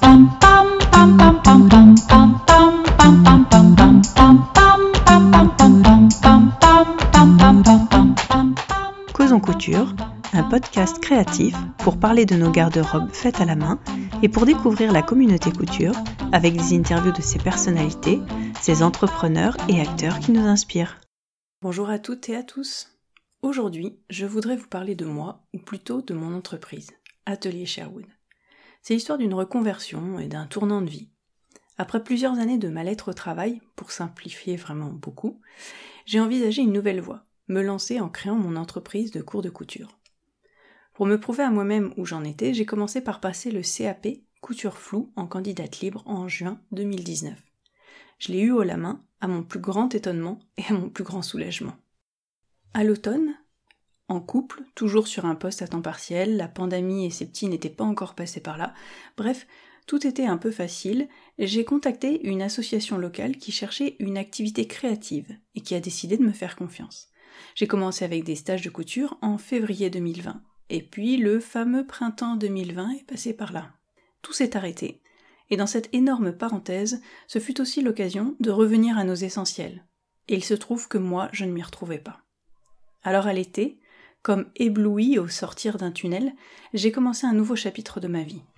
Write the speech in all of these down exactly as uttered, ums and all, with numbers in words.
Causons couture, un podcast créatif pour parler de nos garde-robes faites à la main et pour découvrir la communauté couture avec des interviews de ses personnalités, ses entrepreneurs et acteurs qui nous inspirent. Bonjour à toutes et à tous. Aujourd'hui, je voudrais vous parler de moi, ou plutôt de mon entreprise, Atelier Sherwood. C'est l'histoire d'une reconversion et d'un tournant de vie. Après plusieurs années de mal-être au travail, pour simplifier vraiment beaucoup, j'ai envisagé une nouvelle voie, me lancer en créant mon entreprise de cours de couture. Pour me prouver à moi-même où j'en étais, j'ai commencé par passer le C A P Couture Floue en candidate libre en juin deux mille dix-neuf. Je l'ai eu haut la main, à mon plus grand étonnement et à mon plus grand soulagement. À l'automne, en couple, toujours sur un poste à temps partiel, la pandémie et ses petits n'étaient pas encore passés par là, bref, tout était un peu facile, j'ai contacté une association locale qui cherchait une activité créative et qui a décidé de me faire confiance. J'ai commencé avec des stages de couture en février deux mille vingt, et puis le fameux printemps deux mille vingt est passé par là. Tout s'est arrêté, et dans cette énorme parenthèse, ce fut aussi l'occasion de revenir à nos essentiels. Et il se trouve que moi, je ne m'y retrouvais pas. Alors à l'été, comme ébloui au sortir d'un tunnel, j'ai commencé un nouveau chapitre de ma vie.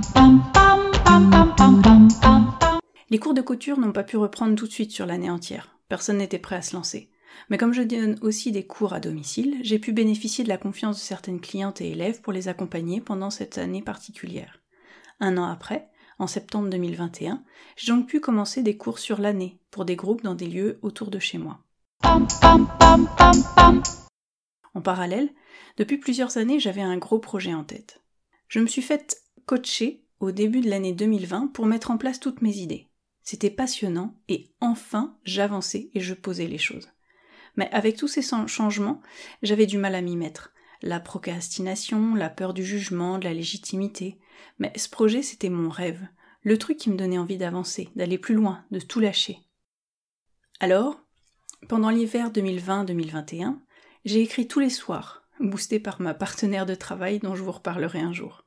Les cours de couture n'ont pas pu reprendre tout de suite sur l'année entière. Personne n'était prêt à se lancer. Mais comme je donne aussi des cours à domicile, j'ai pu bénéficier de la confiance de certaines clientes et élèves pour les accompagner pendant cette année particulière. Un an après, en septembre deux mille vingt et un, j'ai donc pu commencer des cours sur l'année pour des groupes dans des lieux autour de chez moi. En parallèle, depuis plusieurs années, j'avais un gros projet en tête. Je me suis faite coacher au début de l'année deux mille vingt pour mettre en place toutes mes idées. C'était passionnant et enfin j'avançais et je posais les choses. Mais avec tous ces changements, j'avais du mal à m'y mettre. La procrastination, la peur du jugement, de la légitimité. Mais ce projet, c'était mon rêve. Le truc qui me donnait envie d'avancer, d'aller plus loin, de tout lâcher. Alors, pendant l'hiver deux mille vingt deux mille vingt et un, j'ai écrit tous les soirs, boostée par ma partenaire de travail dont je vous reparlerai un jour.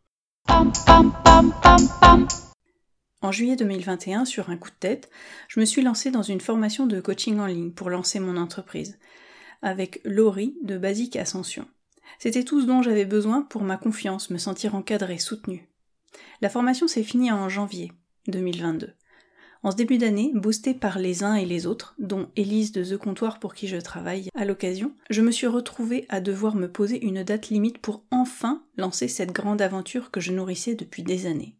En juillet deux mille vingt et un, sur un coup de tête, je me suis lancée dans une formation de coaching en ligne pour lancer mon entreprise, avec Laurie de Basique Ascension. C'était tout ce dont j'avais besoin pour ma confiance, me sentir encadrée, soutenue. La formation s'est finie en janvier deux mille vingt-deux. En ce début d'année, boostée par les uns et les autres, dont Élise de The Comptoir pour qui je travaille à l'occasion, je me suis retrouvée à devoir me poser une date limite pour enfin lancer cette grande aventure que je nourrissais depuis des années.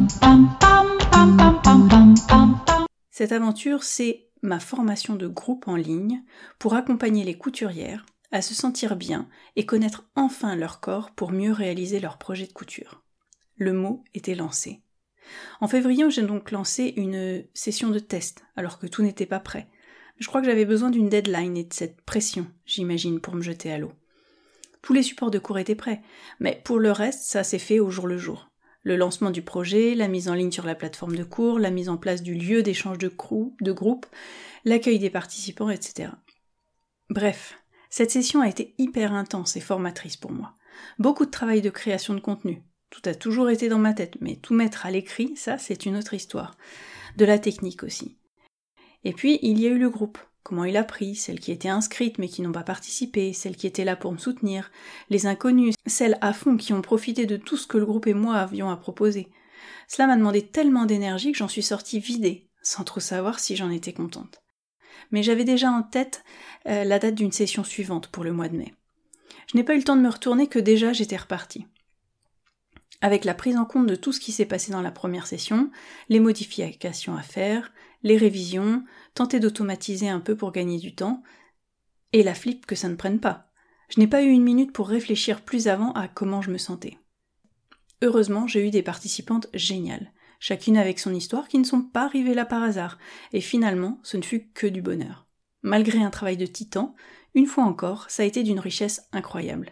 Cette aventure, c'est ma formation de groupe en ligne pour accompagner les couturières à se sentir bien et connaître enfin leur corps pour mieux réaliser leurs projets de couture. Le mot était lancé. En février, j'ai donc lancé une session de test, alors que tout n'était pas prêt. Je crois que j'avais besoin d'une deadline et de cette pression, j'imagine, pour me jeter à l'eau. Tous les supports de cours étaient prêts, mais pour le reste, ça s'est fait au jour le jour. Le lancement du projet, la mise en ligne sur la plateforme de cours, la mise en place du lieu d'échange de, crew, de groupe, l'accueil des participants, et cetera. Bref, cette session a été hyper intense et formatrice pour moi. Beaucoup de travail de création de contenu. Tout a toujours été dans ma tête, mais tout mettre à l'écrit, ça c'est une autre histoire. De la technique aussi. Et puis, il y a eu le groupe. Comment il a pris, celles qui étaient inscrites mais qui n'ont pas participé, celles qui étaient là pour me soutenir, les inconnus, celles à fond qui ont profité de tout ce que le groupe et moi avions à proposer. Cela m'a demandé tellement d'énergie que j'en suis sortie vidée, sans trop savoir si j'en étais contente. Mais j'avais déjà en tête euh, la date d'une session suivante pour le mois de mai. Je n'ai pas eu le temps de me retourner que déjà j'étais repartie. Avec la prise en compte de tout ce qui s'est passé dans la première session, les modifications à faire, les révisions, tenter d'automatiser un peu pour gagner du temps, et la flip que ça ne prenne pas. Je n'ai pas eu une minute pour réfléchir plus avant à comment je me sentais. Heureusement, j'ai eu des participantes géniales, chacune avec son histoire qui ne sont pas arrivées là par hasard, et finalement, ce ne fut que du bonheur. Malgré un travail de titan, une fois encore, ça a été d'une richesse incroyable.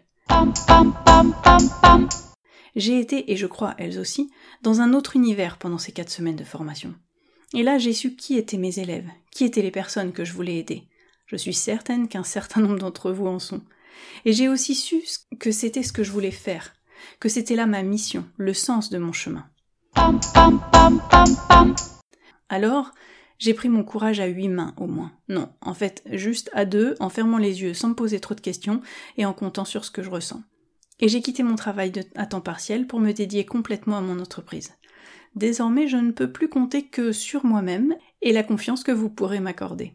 J'ai été, et je crois elles aussi, dans un autre univers pendant ces quatre semaines de formation. Et là, j'ai su qui étaient mes élèves, qui étaient les personnes que je voulais aider. Je suis certaine qu'un certain nombre d'entre vous en sont. Et j'ai aussi su que c'était ce que je voulais faire, que c'était là ma mission, le sens de mon chemin. Alors, j'ai pris mon courage à huit mains au moins. Non, en fait, juste à deux, en fermant les yeux sans me poser trop de questions et en comptant sur ce que je ressens. Et j'ai quitté mon travail de, à temps partiel pour me dédier complètement à mon entreprise. Désormais, je ne peux plus compter que sur moi-même et la confiance que vous pourrez m'accorder.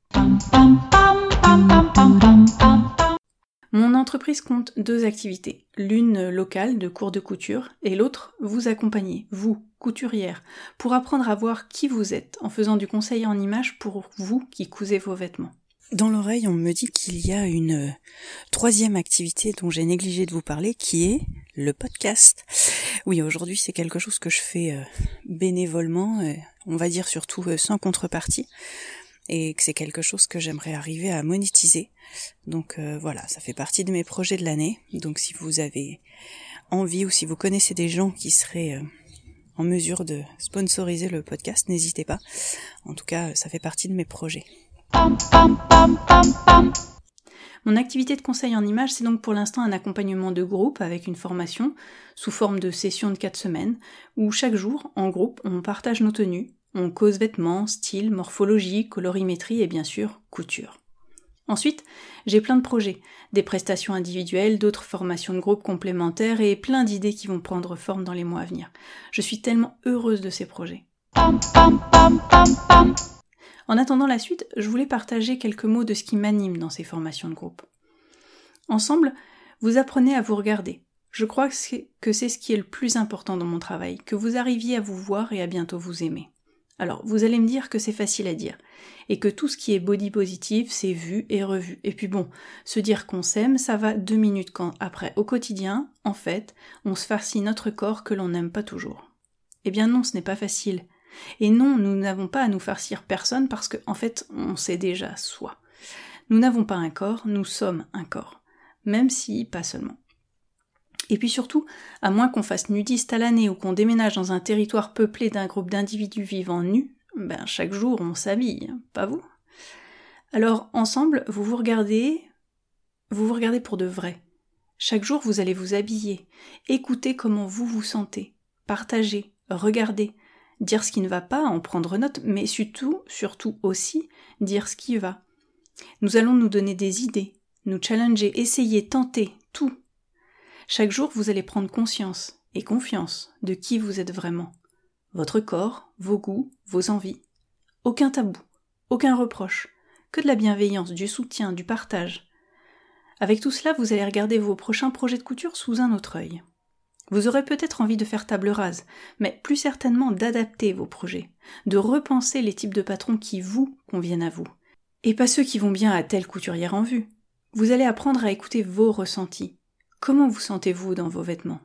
Mon entreprise compte deux activités, l'une locale de cours de couture et l'autre vous accompagner, vous, couturière, pour apprendre à voir qui vous êtes en faisant du conseil en images pour vous qui cousez vos vêtements. Dans l'oreille, on me dit qu'il y a une troisième activité dont j'ai négligé de vous parler, qui est le podcast. Oui, aujourd'hui, c'est quelque chose que je fais euh, bénévolement, euh, on va dire surtout euh, sans contrepartie, et que c'est quelque chose que j'aimerais arriver à monétiser. Donc euh, voilà, ça fait partie de mes projets de l'année. Donc si vous avez envie ou si vous connaissez des gens qui seraient euh, en mesure de sponsoriser le podcast, n'hésitez pas. En tout cas, ça fait partie de mes projets. Mon activité de conseil en images, c'est donc pour l'instant un accompagnement de groupe avec une formation sous forme de session de quatre semaines où chaque jour, en groupe, on partage nos tenues, on cause vêtements, style, morphologie, colorimétrie et bien sûr couture. Ensuite, j'ai plein de projets, des prestations individuelles, d'autres formations de groupe complémentaires et plein d'idées qui vont prendre forme dans les mois à venir. Je suis tellement heureuse de ces projets. En attendant la suite, je voulais partager quelques mots de ce qui m'anime dans ces formations de groupe. Ensemble, vous apprenez à vous regarder. Je crois que c'est ce qui est le plus important dans mon travail, que vous arriviez à vous voir et à bientôt vous aimer. Alors, vous allez me dire que c'est facile à dire, et que tout ce qui est body positive, c'est vu et revu. Et puis bon, se dire qu'on s'aime, ça va deux minutes quand, après, au quotidien, en fait, on se farcit notre corps que l'on n'aime pas toujours. Eh bien non, ce n'est pas facile. Et non, nous n'avons pas à nous farcir personne parce qu'en en fait, on sait déjà soi. Nous n'avons pas un corps, nous sommes un corps. Même si, pas seulement. Et puis surtout, à moins qu'on fasse nudiste à l'année ou qu'on déménage dans un territoire peuplé d'un groupe d'individus vivant nus, ben chaque jour on s'habille, pas vous? Alors ensemble, vous vous regardez, vous vous regardez pour de vrai. Chaque jour vous allez vous habiller, écouter comment vous vous sentez, partager, regarder, dire ce qui ne va pas, en prendre note, mais surtout, surtout aussi, dire ce qui va. Nous allons nous donner des idées, nous challenger, essayer, tenter, tout. Chaque jour, vous allez prendre conscience et confiance de qui vous êtes vraiment. Votre corps, vos goûts, vos envies. Aucun tabou, aucun reproche, que de la bienveillance, du soutien, du partage. Avec tout cela, vous allez regarder vos prochains projets de couture sous un autre œil. Vous aurez peut-être envie de faire table rase, mais plus certainement d'adapter vos projets, de repenser les types de patrons qui vous conviennent à vous, et pas ceux qui vont bien à telle couturière en vue. Vous allez apprendre à écouter vos ressentis. Comment vous sentez-vous dans vos vêtements?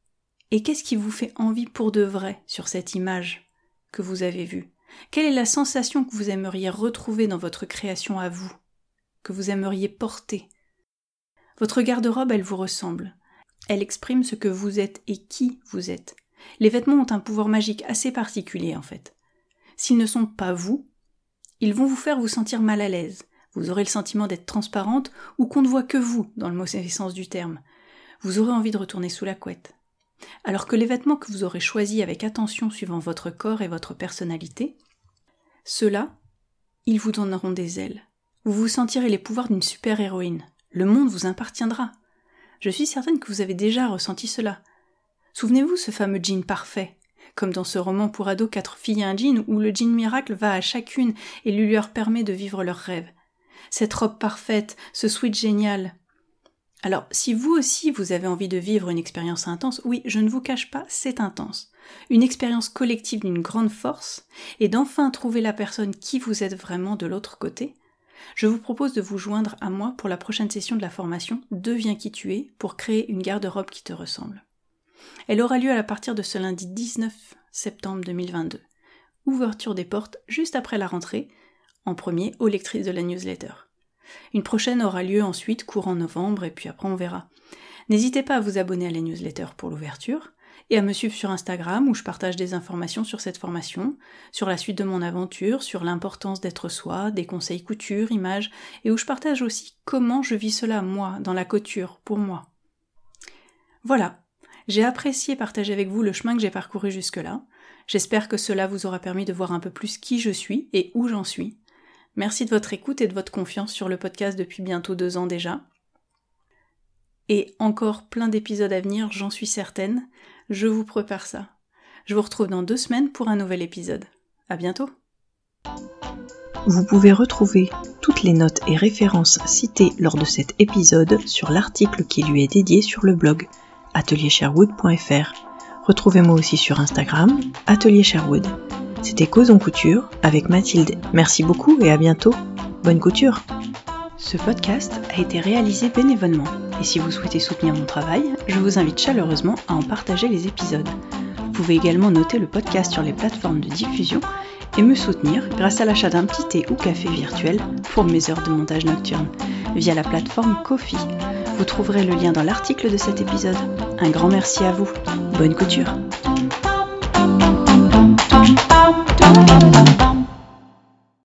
Et qu'est-ce qui vous fait envie pour de vrai sur cette image que vous avez vue? Quelle est la sensation que vous aimeriez retrouver dans votre création à vous, que vous aimeriez porter? Votre garde-robe, elle vous ressemble. Elle exprime ce que vous êtes et qui vous êtes. Les vêtements ont un pouvoir magique assez particulier en fait. S'ils ne sont pas vous, ils vont vous faire vous sentir mal à l'aise. Vous aurez le sentiment d'être transparente ou qu'on ne voit que vous, dans le mauvais sens du terme. Vous aurez envie de retourner sous la couette. Alors que les vêtements que vous aurez choisis avec attention suivant votre corps et votre personnalité, ceux-là, ils vous donneront des ailes. Vous vous sentirez les pouvoirs d'une super-héroïne. Le monde vous appartiendra. Je suis certaine que vous avez déjà ressenti cela. Souvenez-vous ce fameux jean parfait, comme dans ce roman pour ados Quatre filles et un jean où le jean miracle va à chacune et lui leur permet de vivre leurs rêves. Cette robe parfaite, ce sweat génial. Alors, si vous aussi vous avez envie de vivre une expérience intense, oui, je ne vous cache pas, c'est intense. Une expérience collective d'une grande force, et d'enfin trouver la personne qui vous êtes vraiment de l'autre côté, je vous propose de vous joindre à moi pour la prochaine session de la formation « Deviens qui tu es » pour créer une garde-robe qui te ressemble. Elle aura lieu à partir de ce lundi dix-neuf septembre deux mille vingt-deux. Ouverture des portes juste après la rentrée, en premier aux lectrices de la newsletter. Une prochaine aura lieu ensuite courant novembre et puis après on verra. N'hésitez pas à vous abonner à la newsletter pour l'ouverture et à me suivre sur Instagram où je partage des informations sur cette formation, sur la suite de mon aventure, sur l'importance d'être soi, des conseils couture, images et où je partage aussi comment je vis cela moi, dans la couture, pour moi. Voilà, J'ai apprécié partager avec vous le chemin que j'ai parcouru jusque-là. J'espère que cela vous aura permis de voir un peu plus qui je suis et où j'en suis. Merci de votre écoute et de votre confiance sur le podcast depuis bientôt deux ans déjà. Et encore plein d'épisodes à venir, j'en suis certaine. Je vous prépare ça. Je vous retrouve dans deux semaines pour un nouvel épisode. À bientôt. Vous pouvez retrouver toutes les notes et références citées lors de cet épisode sur l'article qui lui est dédié sur le blog atelier sherwood point f r. Retrouvez-moi aussi sur Instagram, Atelier Sherwood. C'était Causons Couture avec Mathilde. Merci beaucoup et à bientôt. Bonne couture. Ce podcast a été réalisé bénévolement et si vous souhaitez soutenir mon travail, je vous invite chaleureusement à en partager les épisodes. Vous pouvez également noter le podcast sur les plateformes de diffusion et me soutenir grâce à l'achat d'un petit thé ou café virtuel pour mes heures de montage nocturne via la plateforme Ko-fi. Vous trouverez le lien dans l'article de cet épisode. Un grand merci à vous. Bonne couture.